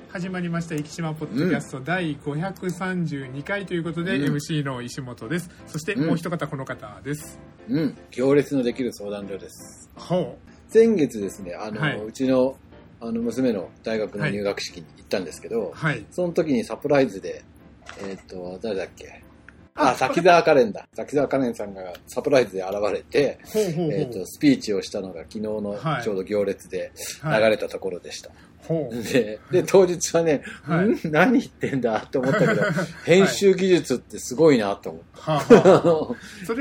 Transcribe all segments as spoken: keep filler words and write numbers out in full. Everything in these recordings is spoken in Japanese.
始まりました生島ポッドキャストだいごひゃくさんじゅうにかいということで、うん、エムシー の石本です。そしてもう一方この方です。 うん、行列のできる相談所です。 ほう。先月ですね、あの、はい、うちのあの娘の大学の入学式に行ったんですけど、はい、その時にサプライズで、えっと、誰だっけあ、滝沢カレンだ。滝沢カレンさんがサプライズで現れて、ほうほうほうえっと、スピーチをしたのが昨日のちょうど行列で流れたところでした。はいはい、で, で当日はね、はい、ん何言ってんだって思ったけど編集技術ってすごいなと思った、はい、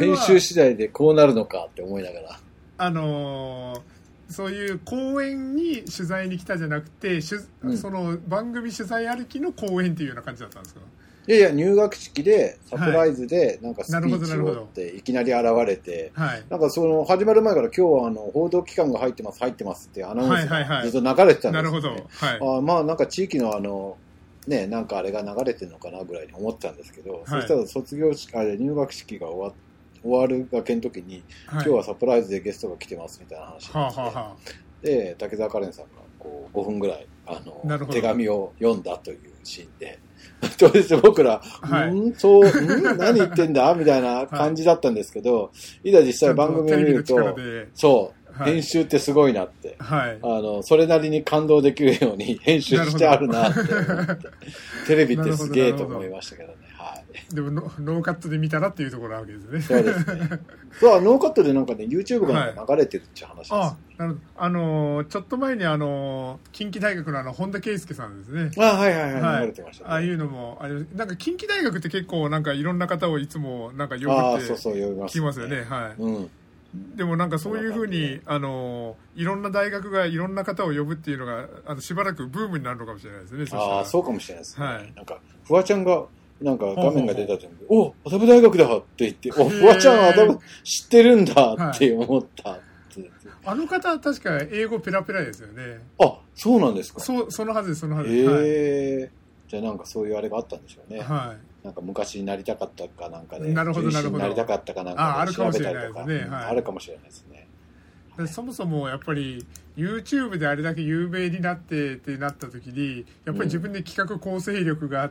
編集次第でこうなるのかって思いながら、 あのー、そういう公演に取材に来たじゃなくて、うん、その番組取材歩きの公演っていうような感じだったんですか？ いやいや、入学式でサプライズでなんかスピーチをっていきなり現れて、はい、なんかその始まる前から今日はあの報道機関が入ってます入ってますってアナウンスがずっと流れてたんですよね。なるほど。はい、あまあなんか地域のあのねなんかあれが流れてるのかなぐらいに思ってたんですけど、はい、そしたら卒業式あれ入学式が終わ終わるがけの時に、はい、今日はサプライズでゲストが来てますみたいな話になって、はあはあ、で竹澤カレンさんがこうごふんぐらいあの手紙を読んだというシーンで。当日僕ら、はい、んそう、ん何言ってんだみたいな感じだったんですけど、はい、いざ実際番組を見ると、そう、はい、編集ってすごいなって、はい、あの、それなりに感動できるように編集してあるなって思って、テレビってすげえと思いましたけどね。はい、 でもノ、ノーカットで見たらっていうところなわけですね。 そうですね。そう、ノーカットでなんかね、YouTube が流れてるっていう話です、ね。 はい、あ、なるほど。あのー、ちょっと前にあのー、近畿大学のあの、本田圭佑さんですね。 あ、はいはいはい、はい、流れてましたね。 ああいうのも、あれ、なんか近畿大学って結構なんかいろんな方をいつもなんか呼ぶって聞きますよね。はい。うん。でもなんかそういうふうに、あのー、いろんな大学がいろんな方を呼ぶっていうのが、あの、しばらくブームになるのかもしれないですね。 ああ、そうかもしれないですね。はい。なんか、フワちゃんが、なんか画面が出た時に、お、麻布大学だって言って、お、フワちゃん麻布知ってるんだって思ったって、はい。あの方は確か英語ペラペラですよね。 あ、そうなんですか。 そう、そのはずです、そのはずです。 へえ、はい。じゃあなんかそういうあれがあったんでしょうね。はい。なんか昔になりたかったかなんかで、 なるほどなるほど。 なりたかったかなんかで調べたりとか、あるかもしれないですね。 そもそもやっぱり YouTube であれだけ有名になってってなった時にやっぱり自分で企画構成力があって、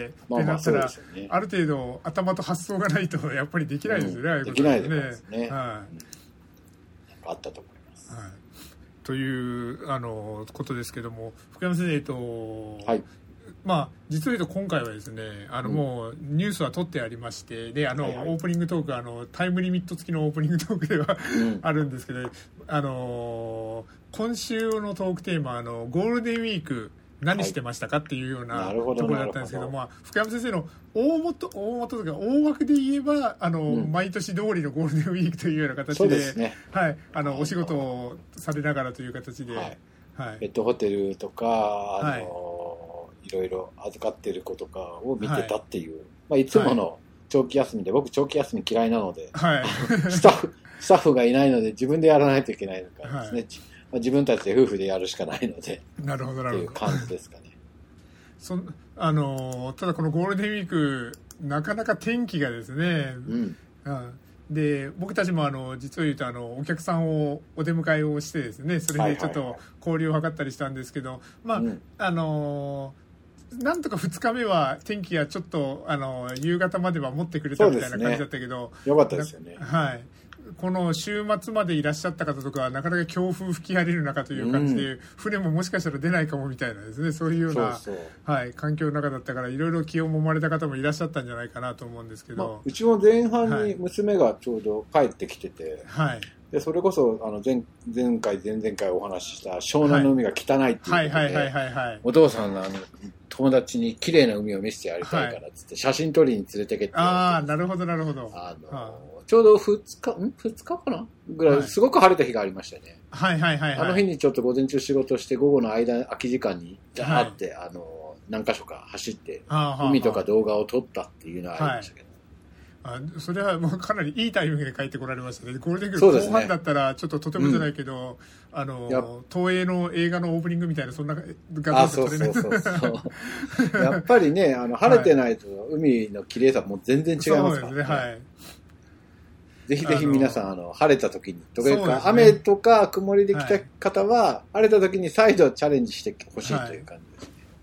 うん、ってなったら、まあまあね、ある程度頭と発想がないとやっぱりできないですよね、うん、 できないですね、はい、うん、あったと思います、 はい、というあのことですけども、福山先生と、はい、まあ、実を言うと今回はですね、あのもうニュースは取ってありまして、で、あの、はいはい、オープニングトーク、あの、タイムリミット付きのオープニングトークでは、うん、あるんですけど、あの、今週のトークテーマ、あの、ゴールデンウィーク何してましたかっていうような、はい、ところだったんですけど、まあ、福山先生の大元、大元とか大枠で言えば、あの、うん、毎年通りのゴールデンウィークというような形で、 でね、 はい、あの、お仕事をされながらという形で、はい。 はい、ペットホテルとか、あの、はい、いろいろ預かってる子とかを見てたっていう、はい、まあ、いつもの長期休みで、はい、僕長期休み嫌いなので、はい、スタッフスタッフがいないので自分でやらないといけないのからですね、はい、まあ、自分たちで夫婦でやるしかないので、 なるほどなるほど、 っていう感じですかね。 そあのただこのゴールデンウィークなかなか天気がですね、うんうん、で僕たちもあの実を言うとあのお客さんをお出迎えをしてですね、それでちょっと交流を図ったりしたんですけど、まあ、うん、あのなんとかふつかめは天気がちょっとあの夕方までは持ってくれたみたいな感じだったけど、 よかったですよね。 はい。この週末までいらっしゃった方とかはなかなか強風吹き荒れる中という感じで、うん、船ももしかしたら出ないかもみたいなですね、そういうような、そうそう、はい、環境の中だったからいろいろ気をもまれた方もいらっしゃったんじゃないかなと思うんですけど、まあ、 うちも前半に娘がちょうど帰ってきてて、はい、でそれこそあの 前, 前回前々回お話しした湘南の海が汚いっていうことで、お父さんのあの友達に綺麗な海を見せてやりたいからっつって写真撮りに連れてけって、 ああ、なるほどなるほど、 あの、はあ、ちょうどふつかんふつかかなぐらいすごく晴れた日がありましたね。 はいはいはいはい。 あの日にちょっと午前中仕事して午後の間空き時間にあって、はい、あの何箇所か走って海とか動画を撮ったっていうのはありましたけど。 はい、あそれはもうかなりいいタイミングで帰ってこられましたね。ゴールデンウィーク後半だったらちょっととてもじゃないけど、うん、あの東映の映画のオープニングみたいなそんな画像で撮れない。あ、そうそうそうそうやっぱりね、あの晴れてないと海の綺麗さも全然違いますからね。そうですね、はい。ぜひぜひ皆さん、あの、晴れた時に、とか、ね、雨とか曇りで来た方は、はい、晴れた時に再度チャレンジしてほしいという感じですね。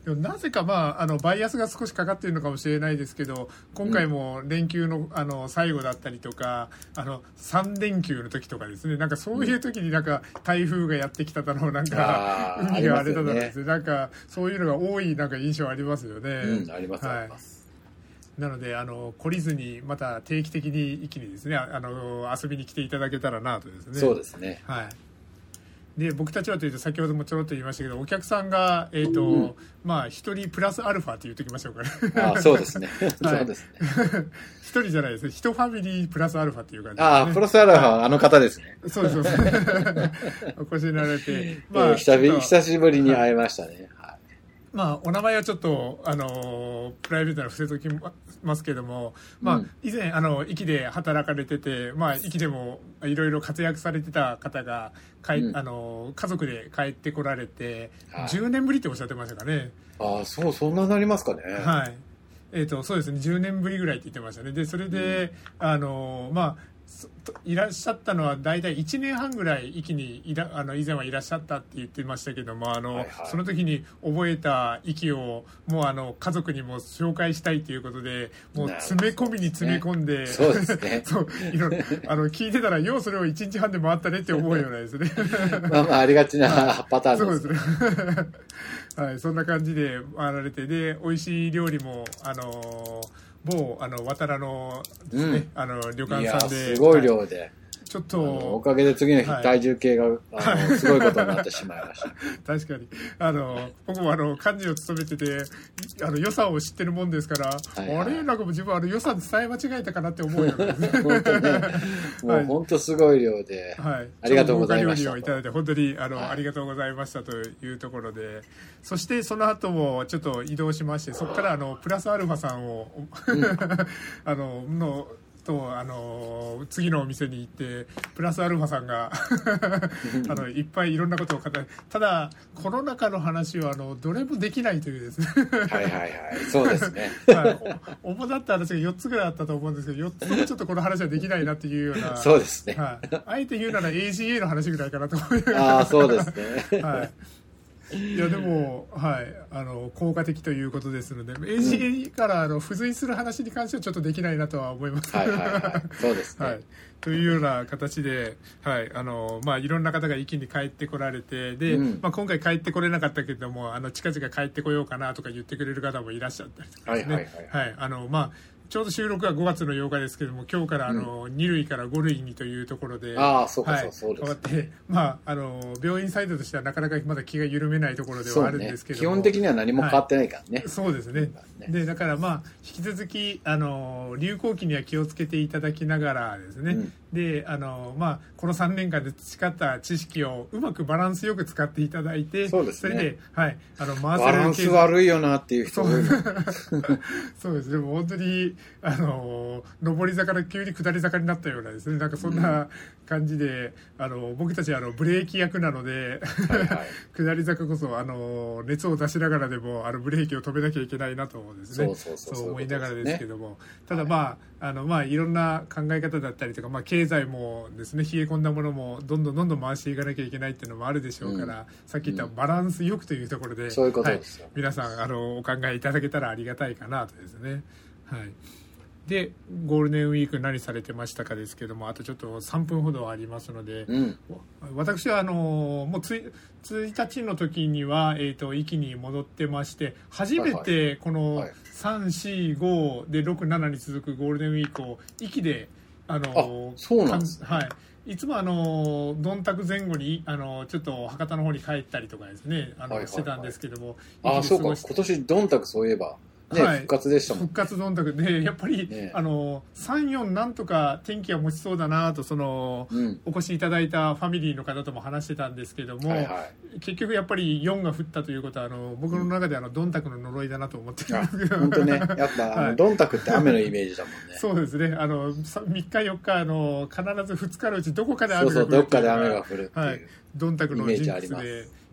でもなぜか、まあ、あのバイアスが少しかかっているのかもしれないですけど、今回も連休 の,、あの最後だったりとか、あのさん連休の時とかですね、なんかそういう時になんか台風がやってきただの、なんか海が荒れただのですね、なんかそういうのが多いなんか印象ありますよね。 うん、あります、はい、あります。 なのであの懲りずにまた定期的に一気にですね、あの遊びに来ていただけたらなとですね。 そうですね。 はい。で僕たちはというと先ほどもちょろっと言いましたけど、お客さんがえっ、ー、と、うん、まあ一人プラスアルファと言っておきましょうかね。 ああ、そうですね。そうですね。 一人じゃないですね。一ファミリープラスアルファっていう感じですね。 ああ、プラスアルファはあの方ですね。 そうですそうです。お越しになられて、 まあ、えー、久しぶりに会いましたね。はい、 まあ、お名前はちょっと、あの、プライベートな伏せときますけども、まあ、うん、以前、あの、壱岐で働かれてて、まあ、壱岐でもいろいろ活躍されてた方が、かい、うん、あの、家族で帰ってこられて、はい、じゅうねんぶりっておっしゃってましたかね。 ああ、そう、そんなになりますかね。 はい。えっと、そうですね、じゅうねんぶりぐらいって言ってましたね。で、それで、うん、あの、まあ、いらっしゃったのは大体いちねんはんぐらい壱岐にいらあの以前はいらっしゃったって言ってましたけども、あの、はいはい、その時に覚えた壱岐をもうあの家族にも紹介したいということで、もう詰め込みに詰め込んで、 そうですね。 そういろあの聞いてたらようそれをいちにちはんで回ったねって思うようなですね。 まあまあありがちなパターンです。 そうですね。はい、そんな感じで回られて、で美味しい料理もあの某あの渡良のですね、うん、あの旅館さんで、 すごい量で、 ちょっとおかげで次の日、はい、体重計があのすごいことになってしまいました。 確かにあの僕もあの幹事を務めてて、あの良さを知ってるもんですから、はいはい、あれなんか自分あの良さ伝え間違えたかなって思うよね。 本当ね、もう本当すごい量で、はい、ありがとうございました。 料理をいただいて本当にあの、はい、ありがとうございましたというところで、そしてその後もちょっと移動しまして、そこからあのプラスアルファさんを、うん、あののとあの次のお店に行ってプラスアルファさんがあのいっぱいいろんなことを語る。ただコロナ禍の話はあのどれもできないというですね。 はいはいはい、そうですね。 はい、主だった話がよっつぐらいあったと思うんですけど、よっつもちょっとこの話はできないなっていうような。 そうですね。 はい、あえて言うなら エージーエー の話ぐらいかなと思います。 ああ、そうですね。 はい。いやでも、はい、あの効果的ということですので、うん、エージーエー からあの付随する話に関してはちょっとできないなとは思います。 はいはいはい、そうですね。はい、 というような形で、はいあのまあ、いろんな方が一気に帰ってこられて、で、うんまあ、今回帰ってこれなかったけれども、あの近々帰ってこようかなとか言ってくれる方もいらっしゃったりとかですね。はいはいはい、はい、あのまあちょうど収録はごがつのようかですけども、今日からあの、うん、に類からご類にというところで、 ああそうかそう、そうです、 変わって、まあ、あの病院サイドとしてはなかなかまだ気が緩めないところではあるんですけども、 ね、基本的には何も変わってないからね。 はい、そうですね。でだからまあ引き続きあの流行期には気をつけていただきながらですね、うん、であのまあこのさんねんかんで培った知識をうまくバランスよく使っていただいて、 そうですね、 それで、はい、あの回せるバランス悪いよなっていう人多いの。 そうですね。でも本当にあの上り坂から急に下り坂になったようなですね、なんかそんな感じで、うん、あの僕たちはあのブレーキ役なので、はいはい、下り坂こそあの熱を出しながらでもあのブレーキを止めなきゃいけないなとですね、そう思いながらですけども、ただまああのまあいろんな考え方だったりとか、まあ経済もですね、冷え込んだものもどんどんどんどん回していかなきゃいけないっていうのもあるでしょうから、うん、さっき言ったバランスよくというところで、うん、 そういうことですよ、はい、 皆さんあのお考えいただけたらありがたいかなとですね。はい。でゴールデンウィーク何されてましたかですけども、あとちょっとさんぷんほどありますので、うん、私はあのもうついたちの時には、えー、と壱岐に戻ってまして、初めてこのさん、し、ごでろく、しちに続くゴールデンウィークを壱岐であのあそうなんです、 はい、いつもあのどんたく前後にあのちょっと博多の方に帰ったりとかですね、あの、はいはいはい、してたんですけども、 あそうか、今年どんたくそういえばね、はい、復活でしたもん、 復活どんたくで、やっぱり、ね、あのさん、よんなんとか天気は持ちそうだなと、その、うん、お越しいただいたファミリーの方とも話してたんですけども、はいはい、結局やっぱりよんが降ったということは、あの僕の中であのどんたくの呪いだなと思ってるんですけど、 本当ね、やっぱあの、はい、どんたくって雨のイメージだもんね。 そうですね、あのみっかよっかあの必ずふつかのうちどこかで雨が降る、 そうそう、どっかで雨が降るっていう、 はい、どんたくのジンクスで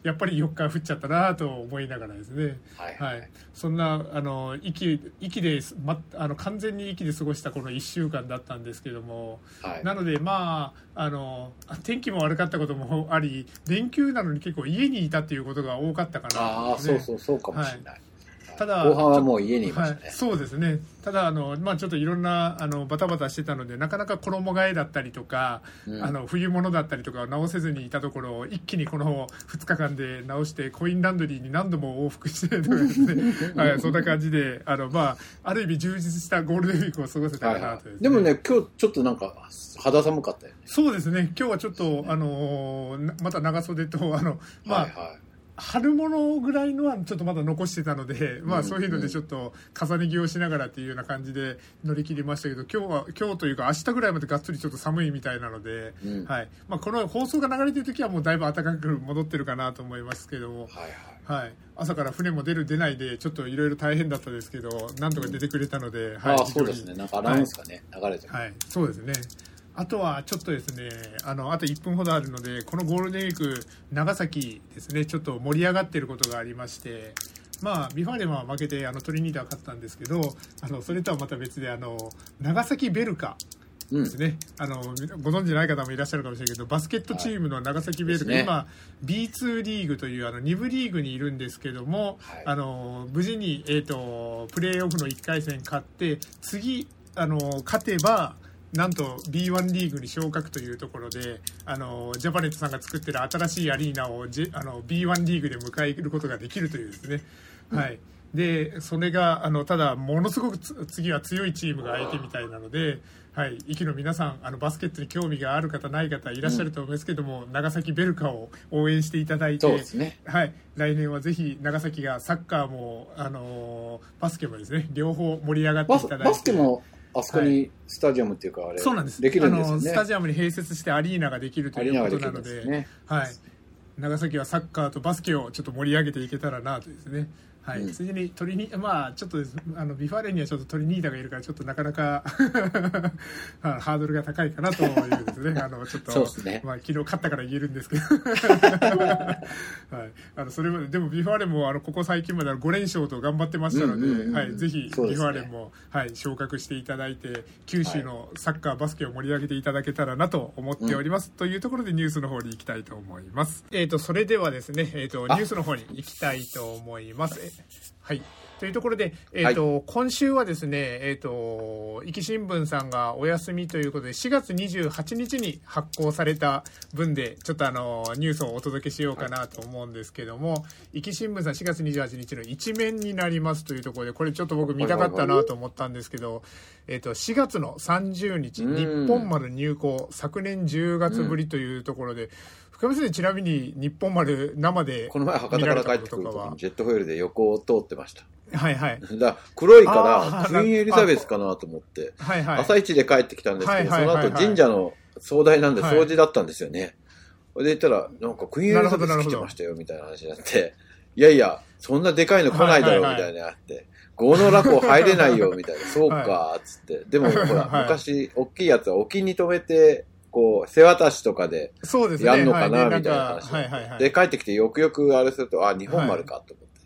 やっぱりよっか降っちゃったなと思いながらですね、 はいはいはい、そんなあの息息で、ま、あの完全に息で過ごしたこのいっしゅうかんだったんですけども、 はい、 なのでまああの天気も悪かったこともあり連休なのに結構家にいたっていうことが多かったかなと、ね、 ああそうそうそうかもしれない、はい、 ただ後半はもう家にいましたね、 はい、そうですね。ただあの、まあ、ちょっといろんなあのバタバタしてたのでなかなか衣替えだったりとか、うん、あの冬物だったりとかを直せずにいたところを一気にこのふつかかんで直してコインランドリーに何度も往復してとかですね、はい、そんな感じであの、まあ、ある意味充実したゴールデンウィークを過ごせたかなと、ね、はいはい、 でもね今日ちょっとなんか肌寒かったよね。 そうですね。今日はちょっとあのまた長袖とあの、まあはいはい、春物ぐらいのはちょっとまだ残してたので、まあそういうのでちょっと重ね着をしながらっていうような感じで乗り切りましたけど、今日は今日というか明日ぐらいまでがっつりちょっと寒いみたいなので、うん、はい、まあこの放送が流れてる時はもうだいぶ暖かく戻ってるかなと思いますけども、はいはいはい、朝から船も出る出ないでちょっといろいろ大変だったですけど、なんとか出てくれたので、 うん、はい、ああそうですね。なんかアナウンスがね、はい、流れてる。 はい、そうですね。あとはちょっとですね、あのあといっぷんほどあるので、このゴールデンウィーク長崎ですね、ちょっと盛り上がっていることがありまして、まあビファーレマは負けてあのトリニータは勝ったんですけど、あのそれとはまた別であの長崎ベルカですね、うん、あのご存知ない方もいらっしゃるかもしれないけど、バスケットチームの長崎ベルカ、はい、今 ビーツー リーグというあのに部リーグにいるんですけども、はい、あの無事に、えーと、プレーオフのいっかいせん勝って次あの勝てばなんと ビーワン リーグに昇格というところで、あのジャパネットさんが作ってる新しいアリーナを、J、あの ビーワン リーグで迎えることができるというですね、うん、はい、でそれがあのただものすごく次は強いチームが相手みたいなので、はい、息の皆さんあのバスケットに興味がある方ない方いらっしゃると思いますけども、うん、長崎ベルカを応援していただいて、 そうですね、 はい、来年はぜひ長崎がサッカーもあのバスケもですね両方盛り上がっていただいて、 バスケもあそこにスタジアムっていうかあれ、はい、そうなんです。できるんですよね。あのスタジアムに併設してアリーナができるということなので、でね、はい、長崎はサッカーとバスケをちょっと盛り上げていけたらなとですね。はい、うん、ついでにトリニまあちょっとあのビファーレンにはちょっとトリニータがいるからちょっとなかなかハードルが高いかなというですね、あのちょっとそうですね、 まあ昨日勝ったから言えるんですけど、はい、あのそれまででもビファーレンもあのここ最近までご連勝と頑張ってましたので、うんうんうん、はい、ぜひビファーレンも、はい、昇格していただいて九州のサッカーバスケを盛り上げていただけたらなと思っております、うん、というところでニュースの方に行きたいと思います。えーとそれではですね、えーとニュースの方に行きたいと思います。はい、というところで、えーとはい、今週はですね、えーと、壱岐新聞さんがお休みということでしがつにじゅうはちにちに発行された分でちょっとあのニュースをお届けしようかなと思うんですけども、壱岐新聞さんしがつにじゅうはちにちの一面になりますというところで、これちょっと僕見たかったなと思ったんですけど、えーと、しがつのさんじゅうにち日本丸入港昨年じゅうがつぶりというところで、深見先生、ちなみに日本丸生でこの前博多から帰ってくる時にジェットフォイルで横を通ってました。 はいはい。 だ黒いからクイーンエリザベスかなと思って、はいはい、朝一で帰ってきたんですけど、はいはいはいはい、その後神社の総代なんで掃除だったんですよね。はい、で言ったらなんかクイーンエリザベス来てましたよみたいな話になって、いやいやそんなでかいの来ないだろうみたいなのあって。はいはいはい、豪の落語入れないよみたいな、そうかつって、はい、でもほら、はい、昔大きいやつは沖に止めてこう背渡しとかでやるのかなみたいな話、はいはいはい、で帰ってきてよくよくあれすると、あ日本丸かと思って、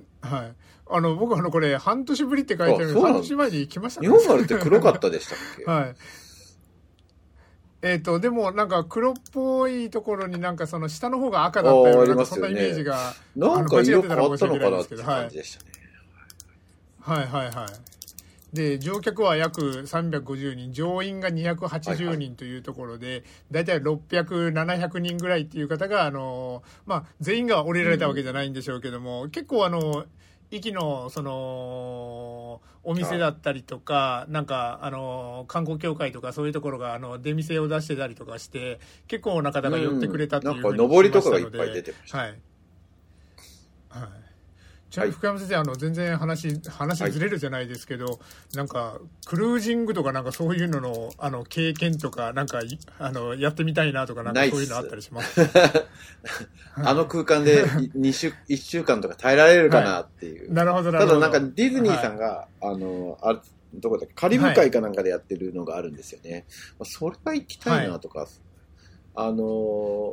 はい、はい、あの僕あのこれ半年ぶりって書いてあるので半年前に来ましたね。日本丸って黒かったでしたっけ？ はい。えっ、ー、とでもなんか黒っぽいところになんかその下の方が赤だったような、ね、そんなイメージがなんか色変わったのかなって感じでしたね。 はい、はいはいはい。で乗客は約さんびゃくごじゅうにん、乗員がにひゃくはちじゅうにんというところで、はいはい、だいたいろっぴゃく、ななひゃくにんぐらいっていう方があの、まあ、全員が降りられたわけじゃないんでしょうけども、うん、結構あの壱岐のそのお店だったりとか、なんかあの観光協会とかそういうところがあの出店を出してたりとかして結構な方が寄ってくれたっていうふうに聞きましたので、うん、なんか上りとかがいっぱい出てました。はい、はい。ちなみに福山先生、あの全然話話ずれるじゃないですけど、はい、なんかクルージングとかなんかそういうののあの経験とかなんかあのやってみたいなとかなんかそういうのあったりします。 あの空間でに週いっしゅうかんとか耐えられるかなっていう。はい、 なるほどなるほど。 ただなんかディズニーさんが、はい、あのあどこだっけカリブ海かなんかでやってるのがあるんですよね。はい、それが行きたいなとか、はい、あの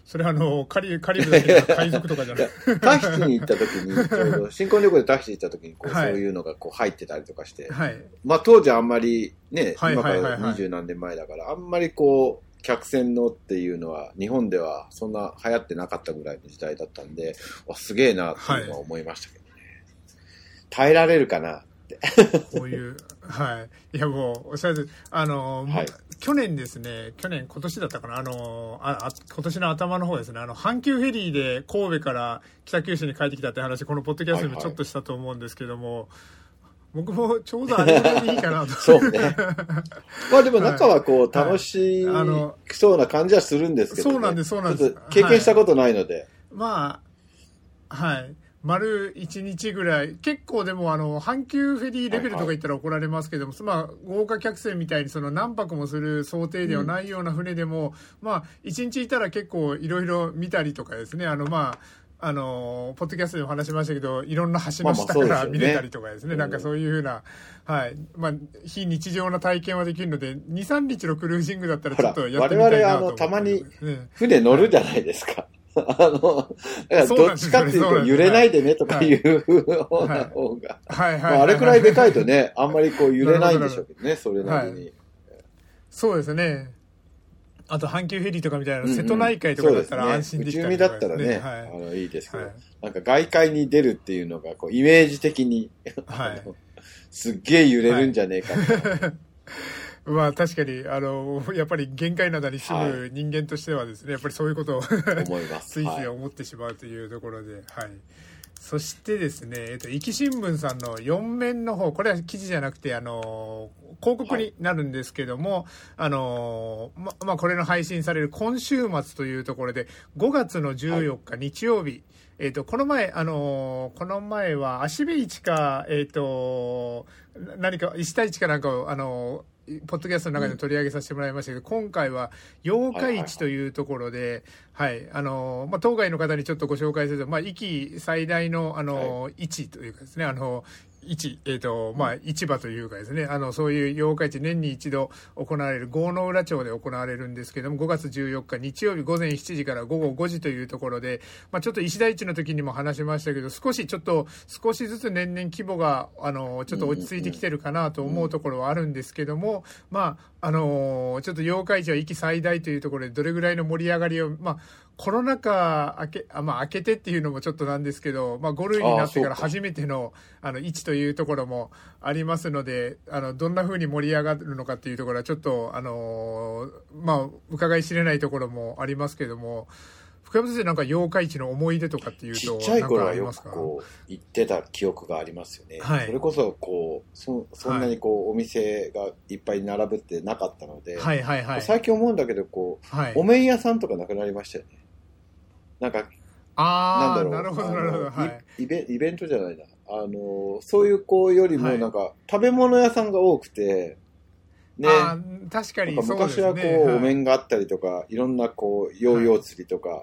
それはあのカリカリブだけど海賊とかじゃないタヒチに行った時にちょうど新婚旅行でタヒチ行った時にこう、はい、そういうのがこう入ってたりとかして、はい、まあ当時あんまりね、はい、今から二十何年前だから、あんまりこう客船のっていうのは日本ではそんな流行ってなかったぐらいの時代だったんで、すげえなっていうのは思いましたけどね、はい、耐えられるかなってこういうはいいやもうおっしゃるあの、はい、去年ですね去年今年だったかなあのああ今年の頭の方ですね、あの阪急フェリーで神戸から北九州に帰ってきたって話、このポッドキャストでもちょっとしたと思うんですけども、はいはい、僕もちょうどあれぐらいでいいかなとそうねまあでも中はこう楽しそうな感じはするんですけど、ね、 そうなんですそうなんです、 経験したことないので、はい、 まあはい丸一日ぐらい結構でもあの阪急フェリーレベルとか言ったら怒られますけども、はいはい、まあ豪華客船みたいにその何泊もする想定ではないような船でも、うん、まあ一日いたら結構いろいろ見たりとかですね、あのまああのポッドキャストでも話しましたけど、いろんな橋の下から見れたりとかですね、まあまあそうですよね、なんかそういうふうな、はいまあ、非日常な体験はできるので、にさんにちのクルージングだったらちょっとやってみたいなと思って、 我々あのたまに船乗るじゃないですか、はいあの、どっちかっていうと揺れないでねとかいう方な方が。あれくらいでかいとね、あんまりこう揺れないんでしょうけどね、それなりに。はい、 そうですね。あと阪急フェリーとかみたいな、瀬戸内海とかだったら安心できたりとか、ね。 内海だったらね、はい、あのいいですけど、はい、なんか外海に出るっていうのがこうイメージ的に、はい、すっげえ揺れるんじゃねえかと。はいまあ確かに、あの、やっぱり限界灘に住む人間としてはですね、はい、やっぱりそういうことを思います。ついつい思ってしまうというところで、はい。そしてですね、えっと、壱岐新聞さんのよん面の方、これは記事じゃなくて、あの、広告になるんですけども、はい、あの、ま、まあ、これの配信される今週末というところで、ごがつのじゅうよっか、はい、日曜日、えっと、この前、あのー、この前は、芦部市か、えっと、何か、石田市かなんかを、あのー、ポッドキャストの中で取り上げさせてもらいましたけど、うん、今回は八日市というところで、はい、はいはい、あの、まあ、当該の方にちょっとご紹介すると、まあ、壱岐最大の、あの、はい、市というかですね、あの、市、えっと、まあ、市場というかですね、あの、そういう八日市年に一度行われる郷ノ浦町で行われるんですけども、ごがつじゅうよっか日曜日午前しちじから午後ごじというところで、まあ、ちょっと石田市の時にも話しましたけど、少しちょっと、少しずつ年々規模が、あの、ちょっと落ち着いてきてるかなと思うところはあるんですけども、まあ、あの、ちょっと八日市は壱岐最大というところで、どれぐらいの盛り上がりを、まあ、コロナ禍明け、あ、まあ、明けてっていうのもちょっとなんですけど、まあ、ご類になってから初めての、あの、位置というところもありますので、あの、どんな風に盛り上がるのかっていうところは、ちょっと、あの、まあ、伺い知れないところもありますけども、福山先生、なんか八日市の思い出とかっていうと、 ちっちゃい頃はよくこう、行ってた記憶がありますよね。はい、それこそ、こう、そ、そんなにこう、お店がいっぱい並ぶってなかったので、はいはいはい、最近思うんだけど、こう、はい、お面屋さんとかなくなりましたよね。なんか、 あなんだろう。なるほど、なるほど。はい。 イベ、イベントじゃないな。あの、そういう子よりも、なんか、はい、食べ物屋さんが多くて、 ね。あ確かにそうですね。昔はこう、はい、お面があったりとか、いろんなこう、ヨーヨー釣りとか、はい、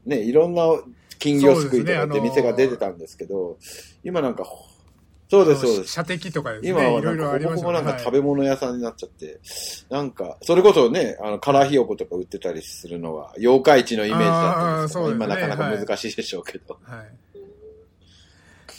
ね、いろんな金魚すくいとかって店が出てたんですけど、今なんか、そうです、そうです。 射的とかですね。 今はなんか、こここもなんか食べ物屋さんになっちゃって、はい、なんか、それこそね、あの、唐ひよことか売ってたりするのは、八日市のイメージだったんですけど、ね、今なかなか難しいでしょうけど。はい。はい、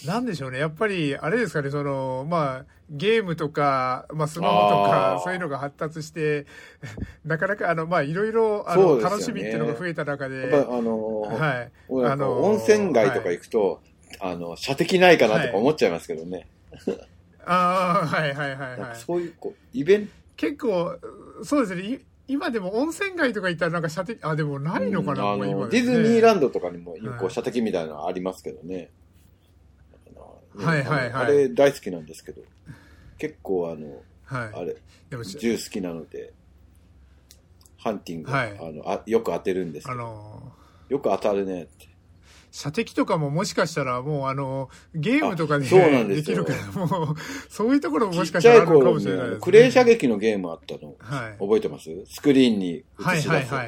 なんでしょうね。やっぱり、あれですかね、その、まあ、ゲームとか、まあ、スマホとか、そういうのが発達して、なかなか、あの、まあ、いろいろ、あの、ね、楽しみっていうのが増えた中で。 やっぱ、あのー、はい。あのー、温泉街とか行くと、はいあの、射的ないかなとか思っちゃいますけどね。 はい、ああ、はいはいはいはい。 そういう、こう、イベント。 結構、そうですね。今でも温泉街とか行ったらなんか射的、あ、でもないのかな、 うん、あの今、ね、 ディズニーランドとかにも、こう、射的みたいなのありますけどね。 はい、はいはいはい。 あれ大好きなんですけど、結構あの、はい、あれ、銃好きなので、ハンティング、はい、あのあよく当てるんですけど、あのー、よく当たるねって。 射的とかももしかしたらもうあのゲームとかでできるからもうそういうところももしかしたらあるかもしれないです、ね、 クレー射撃のゲームあったの、はい、覚えてます？スクリーンに映し出す、はいはいはい、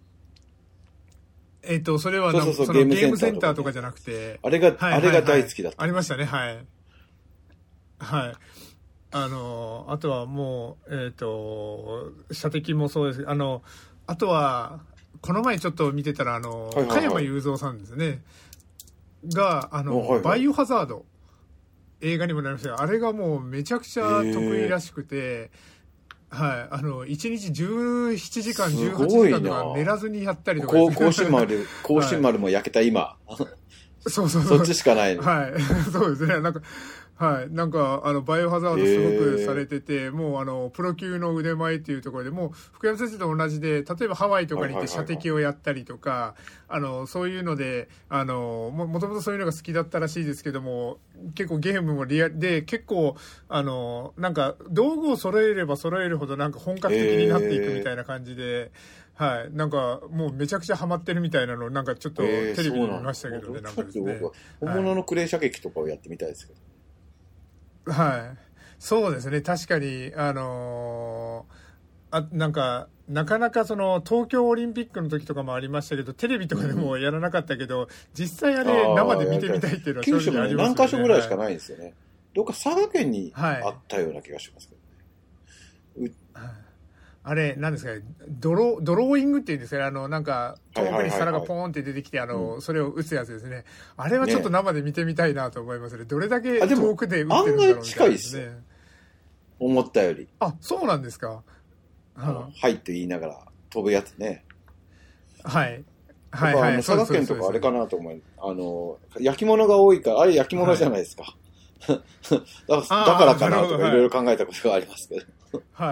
えっ、ー、とそれはそうそうそうそのゲームセンターとかじゃなくてあれが、はいはいはい、あれが大好きだった。 ありましたね。はいはいあのあとはもうえっ、ー、と射的もそうです。あのあとはこの前ちょっと見てたら、あの、はいはいはい、加山雄三さんですね。が、あの、はいはい、バイオハザード、映画にもなりましたが、あれがもうめちゃくちゃ得意らしくて、はい、あの、いちにちじゅうななじかん、じゅうはちじかんとか寝らずにやったりとか、 ね。甲子丸、甲子丸も焼けた今。 はい、そうそうそう。 そっちしかないの。 はい。そうですね。なんか、はい。なんか、あの、バイオハザードすごくされてて、もう、あの、プロ級の腕前っていうところで、もう、福山先生と同じで、例えばハワイとかに行って射的をやったりとか、あの、そういうので、あの、も、もともとそういうのが好きだったらしいですけども、結構ゲームもリアルで、結構、あの、なんか、道具を揃えれば揃えるほど、なんか本格的になっていくみたいな感じで、はい。なんか、もうめちゃくちゃハマってるみたいなの、なんかちょっとテレビで見ましたけどね、なんかですね。 本物のクレー射撃とかをやってみたいですけど。 はい。そうですね。確かに、あのー、あ、なんか、なかなかその、東京オリンピックの時とかもありましたけど、テレビとかでもやらなかったけど、うん、実際あれ、生で見てみたいっていうのは正直ありますよね。 九州も何カ所ぐらいしかないんですよね。はい、どっか佐賀県にあったような気がしますけどね。はい、 あれ、なんですかね、ドロ、ドローイングっていうんですかね、あの、なんか、遠くに皿がポーンって出てきて、あの、それを打つやつですね。あれはちょっと生で見てみたいなと思いますね。どれだけ遠くで打ってるんだろうみたいな、ね。案外近いですね。 思ったより。 あ、そうなんですか。 はいって言いながら飛ぶやつね。 はい。はいはい。 佐賀県とかあれかなと思う。あの、焼き物が多いから、あれ焼き物じゃないですか。はい、だからだからかなとかいろいろ考えたことがありますけど。 はい。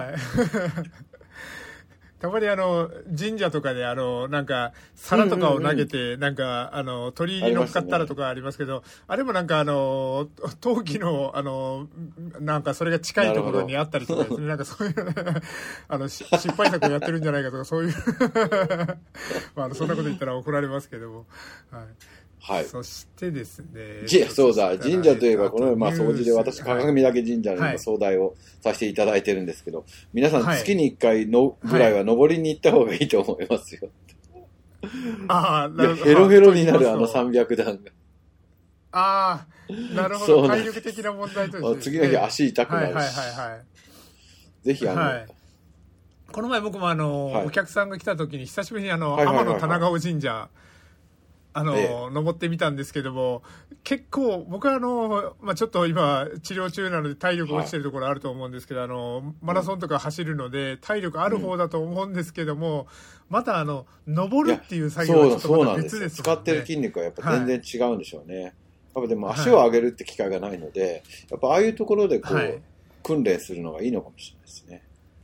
たまにあの、神社とかであの、なんか、皿とかを投げて、なんか、あの、鳥居に乗っかったらとかありますけど、あれもなんかあの、陶器の、あの、なんかそれが近いところにあったりとかですね、なんかそういう、あの、失敗作をやってるんじゃないかとか、そういうまあ、あの、そんなこと言ったら怒られますけども、はい。はい。そしてですね。 そうだ、神社といえば、この、まあ、掃除で私、鏡岳神社の総代をさせていただいてるんですけど、皆さん月にいっかいのぐらいは登りに行った方がいいと思いますよ。 ああ、なるほど。 ヘロヘロになるあのさんびゃくだんが。 ああ、なるほど。体力的な問題として。 次の日足痛くなるし。 はいはいはい。 ぜひあの、 この前僕もあの、お客さんが来た時に久しぶりにあの、天野棚川神社、あの、ええ、登ってみたんですけども、結構、僕はあの、まあ、ちょっと今、治療中なので体力落ちてるところあると思うんですけど、はい、あの、マラソンとか走るので、体力ある方だと思うんですけども、うん、またあの、登るっていう作業はちょっとまた別ですよね。 使ってる筋肉はやっぱ全然違うんでしょうね。はい、やっぱでも足を上げるって機会がないので、はい、やっぱああいうところでこう、はい、訓練するのがいいのかもしれないですね。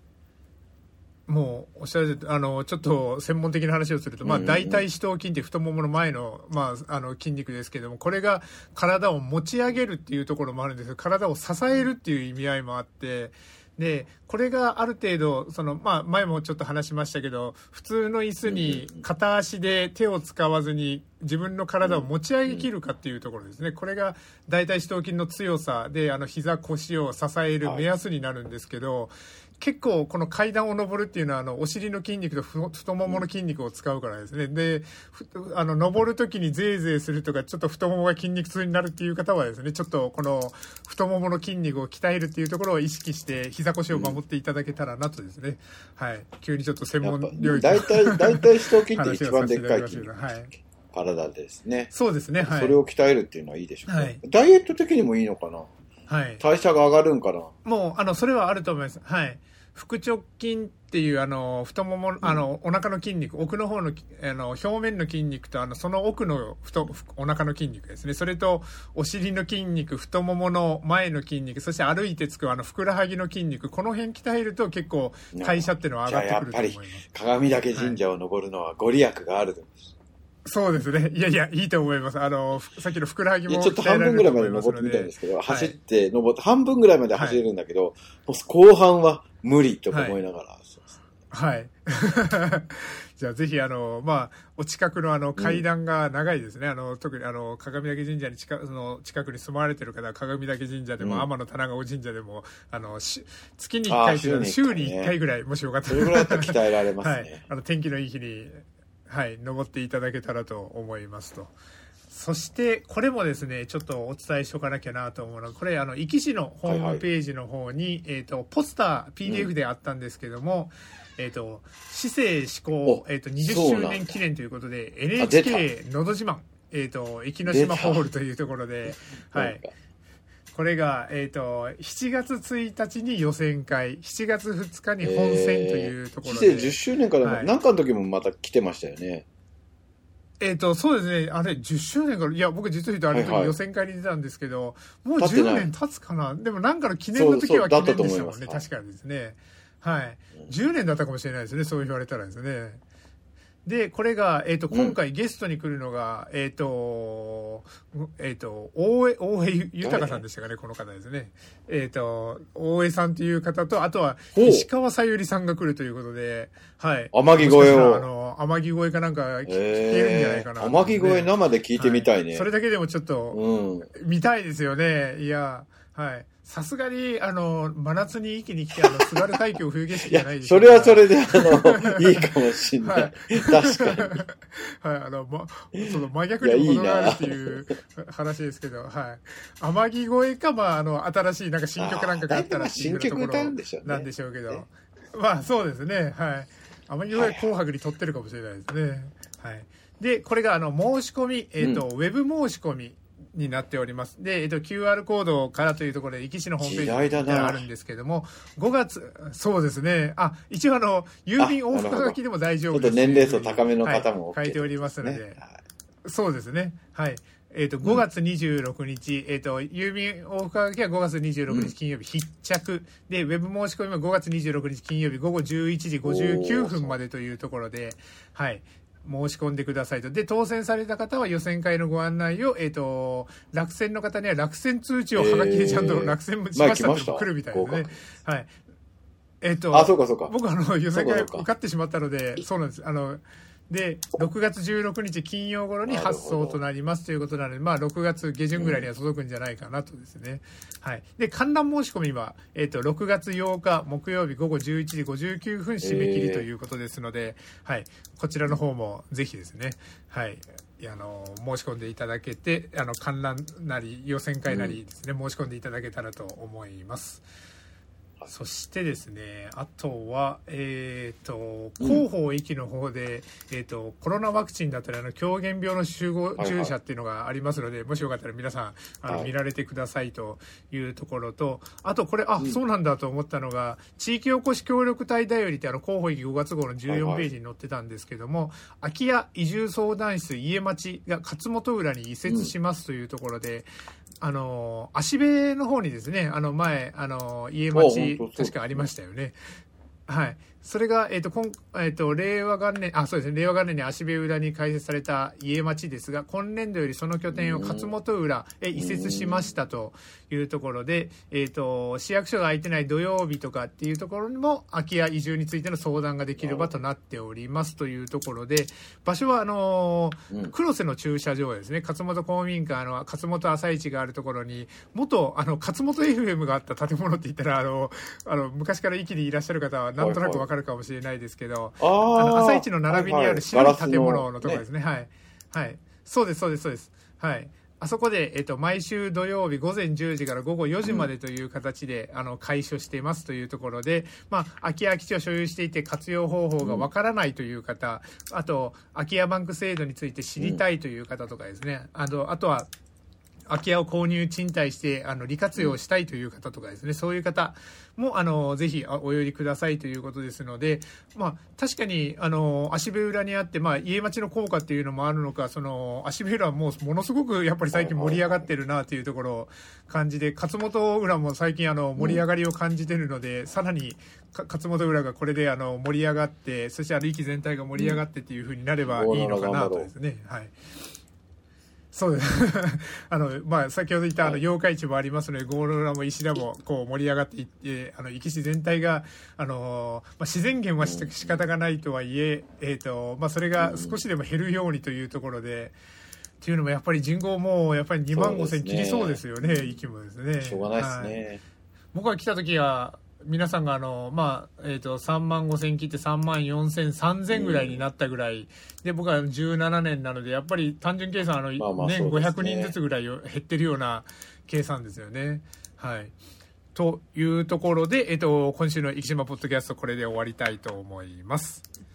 もうおっしゃるあのちょっと専門的な話をすると、まあ、大腿四頭筋って太ももの前の、まあ、あの筋肉ですけども、これが体を持ち上げるっていうところもあるんですけど、体を支えるっていう意味合いもあって、でこれがある程度その、まあ、前もちょっと話しましたけど、普通の椅子に片足で手を使わずに自分の体を持ち上げきるかっていうところですね。これが大腿四頭筋の強さで、あの膝腰を支える目安になるんですけど、結構この階段を上るっていうのはあのお尻の筋肉と太ももの筋肉を使うからですね。で、あの上るときにゼーゼーするとか、ちょっと太ももが筋肉痛になるっていう方はですね、ちょっとこの太ももの筋肉を鍛えるっていうところを意識して膝腰を守っていただけたらなとですね。はい。急にちょっと専門領域大体大体四頭筋って一番でっかい筋肉。はい。体ですね。 そうですね。はい。 それを鍛えるっていうのはいいでしょうね。はい、ダイエット的にもいいのかな。はい。代謝が上がるんかな。 もうあのそれはあると思います。はい。腹直筋っていうあの太もも、あのお腹の筋肉、奥の方のあの表面の筋肉とあのその奥の太お腹の筋肉ですね。それとお尻の筋肉、太ももの前の筋肉、そして歩いてつくあのふくらはぎの筋肉、この辺鍛えると結構代謝っていうのは上がってくると思います。じゃあやっぱり鏡岳神社を登るのはご利益があると思います。 そうですね。いやいや、いいと思います。あの、さっきのふくらはぎもちょっと半分ぐらいまで登ってみたいんですけど、はい、走って登って、半分ぐらいまで走れるんだけど、はい、もう後半は無理と思いながら。 はい。はい、じゃあぜひ、あの、まあ、お近くのあの階段が長いですね。うん、あの、特にあの、鏡岳神社に近く、その近くに住まわれてる方は、鏡岳神社でも、うん、天野棚川神社でも、あの、し月にいっかいというのは週にいっかいぐらい、もしよかったら。 それぐらいだったら鍛えられますね。はい。 あの、天気のいい日に、はい、登っていただけたらと思いますと。そしてこれもですね、ちょっとお伝えしとかなきゃなと思うのは、これあの壱岐市のホームページの方に、はいはい、えっとポスター ピーディーエフ であったんですけども、 えっ、ー、と、市政施行、えっ、ー、と、にじゅっしゅうねん記念ということで、エヌエイチケー のど自慢、えっ、ー、と、駅ノ島ホールというところで、はい。これが、えっ、ー、と、しちがつついたちに予選会、しちがつふつかに本戦というところで。 市政じゅっしゅうねんから、はい、なんかの時もまた来てましたよね。 えっ、ー、と、そうですね。あれ、じゅっしゅうねんから、いや、僕実は言うとあれの時予選会に出たんですけど、はいはい、もうじゅうねん経つかな。でもなんかの記念の時は記念でしたもんね。確かにですね。はい。じゅうねんだったかもしれないですね。そう言われたらですね。で、これが、えっ、ー、と、今回ゲストに来るのが、うん、えっ、ー、と、えっ、ー、と、大江、大江豊さんでしたかね、この方ですね。えっ、と、大江さんという方と、あとは、石川さゆりさんが来るということで、はい。 天城越えを。 あの、天城越えかなんか聞けるんじゃないかな、ね。 天城越え生で聞いてみたいね、はい。 それだけでもちょっと、うん、見たいですよね。いや、はい。さすがに、あの、真夏に一気に来て、あの、津軽海峡冬景色じゃないですか。 それはそれで、あの、いいかもしれない。はい、確かに。はい、 あの、ま、その真逆にも程があるっていう話ですけど、はい。天城越えか、まあ、あの、新しいなんか新曲なんかがあったらっていうところなんでしょうけど、まあ、そうですね、はい。天城越え紅白に撮ってるかもしれないですね。はい。で、これが、あの、申し込み、えっと、うん、ウェブ申し込み。になっております。で、えっと、キューアール コードからというところで、壱岐市のホームページがあるんですけども、ごがつ、そうですね。あ、一応あの、郵便往復書きでも大丈夫です。 ちょっと年齢層高めの方も、 はい、書いておりますので、はい、そうですね。はい。えっと、ごがつにじゅうろくにち、うん、えっと、郵便往復書きはごがつにじゅうろくにち金曜日必着。で、ウェブ申し込みはごがつにじゅうろくにち金曜日午後じゅういちじごじゅうきゅうふんまでというところで、はい。申し込んでくださいと。で、当選された方は予選会のご案内を、えっ、ー、と、落選の方には落選通知をはがきでちゃんと落選しましたって来るみたいですね。はい。えっ、ー、と、 あ、そうかそうか。 僕あの、予選会受かってしまったので、そうなんです。あの、で、ろくがつじゅうろくにち金曜頃に発送となりますということなので、まあ、ろくがつげじゅんぐらいには届くんじゃないかなとですね。うん、はい。で、観覧申し込みは、えっ、ー、と、ろくがつようか木曜日午後じゅういちじごじゅうきゅうふん締め切りということですので、えー、はい。こちらの方もぜひですね、はい。あの、申し込んでいただけて、あの、観覧なり、予選会なりですね、うん、申し込んでいただけたらと思います。そしてですね、あとは、えっ、ー、と、広報駅の方で、うん、えっ、ー、と、コロナワクチンだったり、あの、狂言病の集合注射っていうのがありますので、はいはい、もしよかったら皆さん、あの、はい、見られてくださいというところと、あとこれ、あ、うん、そうなんだと思ったのが、地域おこし協力隊だよりって、あの、広報駅ごがつ号のじゅうよんページに載ってたんですけども、はいはい、空き家移住相談室家町が勝本浦に移設しますというところで、うん、あの、足部の方にですね、あの前、あの、家町、確かありましたよね。はい。それが、えっ、ー、と、今、えっ、ー、と、令和元年、あ、そうですね、令和元年に足部浦に開設された家町ですが、今年度よりその拠点を勝本浦へ移設しましたというところで、えっ、ー、と、市役所が空いてない土曜日とかっていうところにも、空き家移住についての相談ができる場となっておりますというところで、場所は、あのー、黒瀬の駐車場ですね、勝本公民館、あの、勝本朝市があるところに、元、あの、勝本 エフエム があった建物って言ったら、あの、あの、昔から壱岐にいらっしゃる方は、なんとなくわかるかもしれないですけど、あの朝市の並びにある白い建物のところですね。はい、はい、はい。そうです、そうです、そうです。はい。あそこで、えっと、毎週土曜日午前じゅうじから午後よじまでという形で、うん、あの、開所していますというところで、まあ、空き家基地を所有していて活用方法がわからないという方、うん、あと、空き家バンク制度について知りたいという方とかですね、あの、あとは、空き家を購入賃貸してあの利活用したいという方とかですね、うん、そういう方もあのぜひお寄りくださいということですので、まあ、確かにあの足部浦にあって、まあ、家町の効果っていうのもあるのか、その足部浦はもうものすごくやっぱり最近盛り上がってるなというところを感じで、勝本浦も最近あの盛り上がりを感じてるので、うん、さらに勝本浦がこれであの盛り上がって、そしてあの壱岐全体が盛り上がってっていう風になればいいのかなとですね、はい。そうです。あの、まあ、先ほど言った、あの、八日市もありますので、郷路浦も石田も、こう、盛り上がっていって、あの、壱岐市全体が、あの、まあ、自然源はし仕方がないとはいえ、えっと、まあ、それが少しでも減るようにというところで、っていうのも、やっぱり人口も、やっぱりにまんごせん切りそうですよね、壱岐もですね。 しょうがないですね。はい、 僕が来た時は、皆さんがあの、まあ、えっと、さんまんごせん切ってさんまんよんせん、さんぜんぐらいになったぐらい、うん、で、僕はじゅうななねんなので、やっぱり単純計算、あの、まあまあね、年ごひゃくにんずつぐらい減ってるような計算ですよね。はい。 というところで、えっと、今週の生島ポッドキャストこれで終わりたいと思います。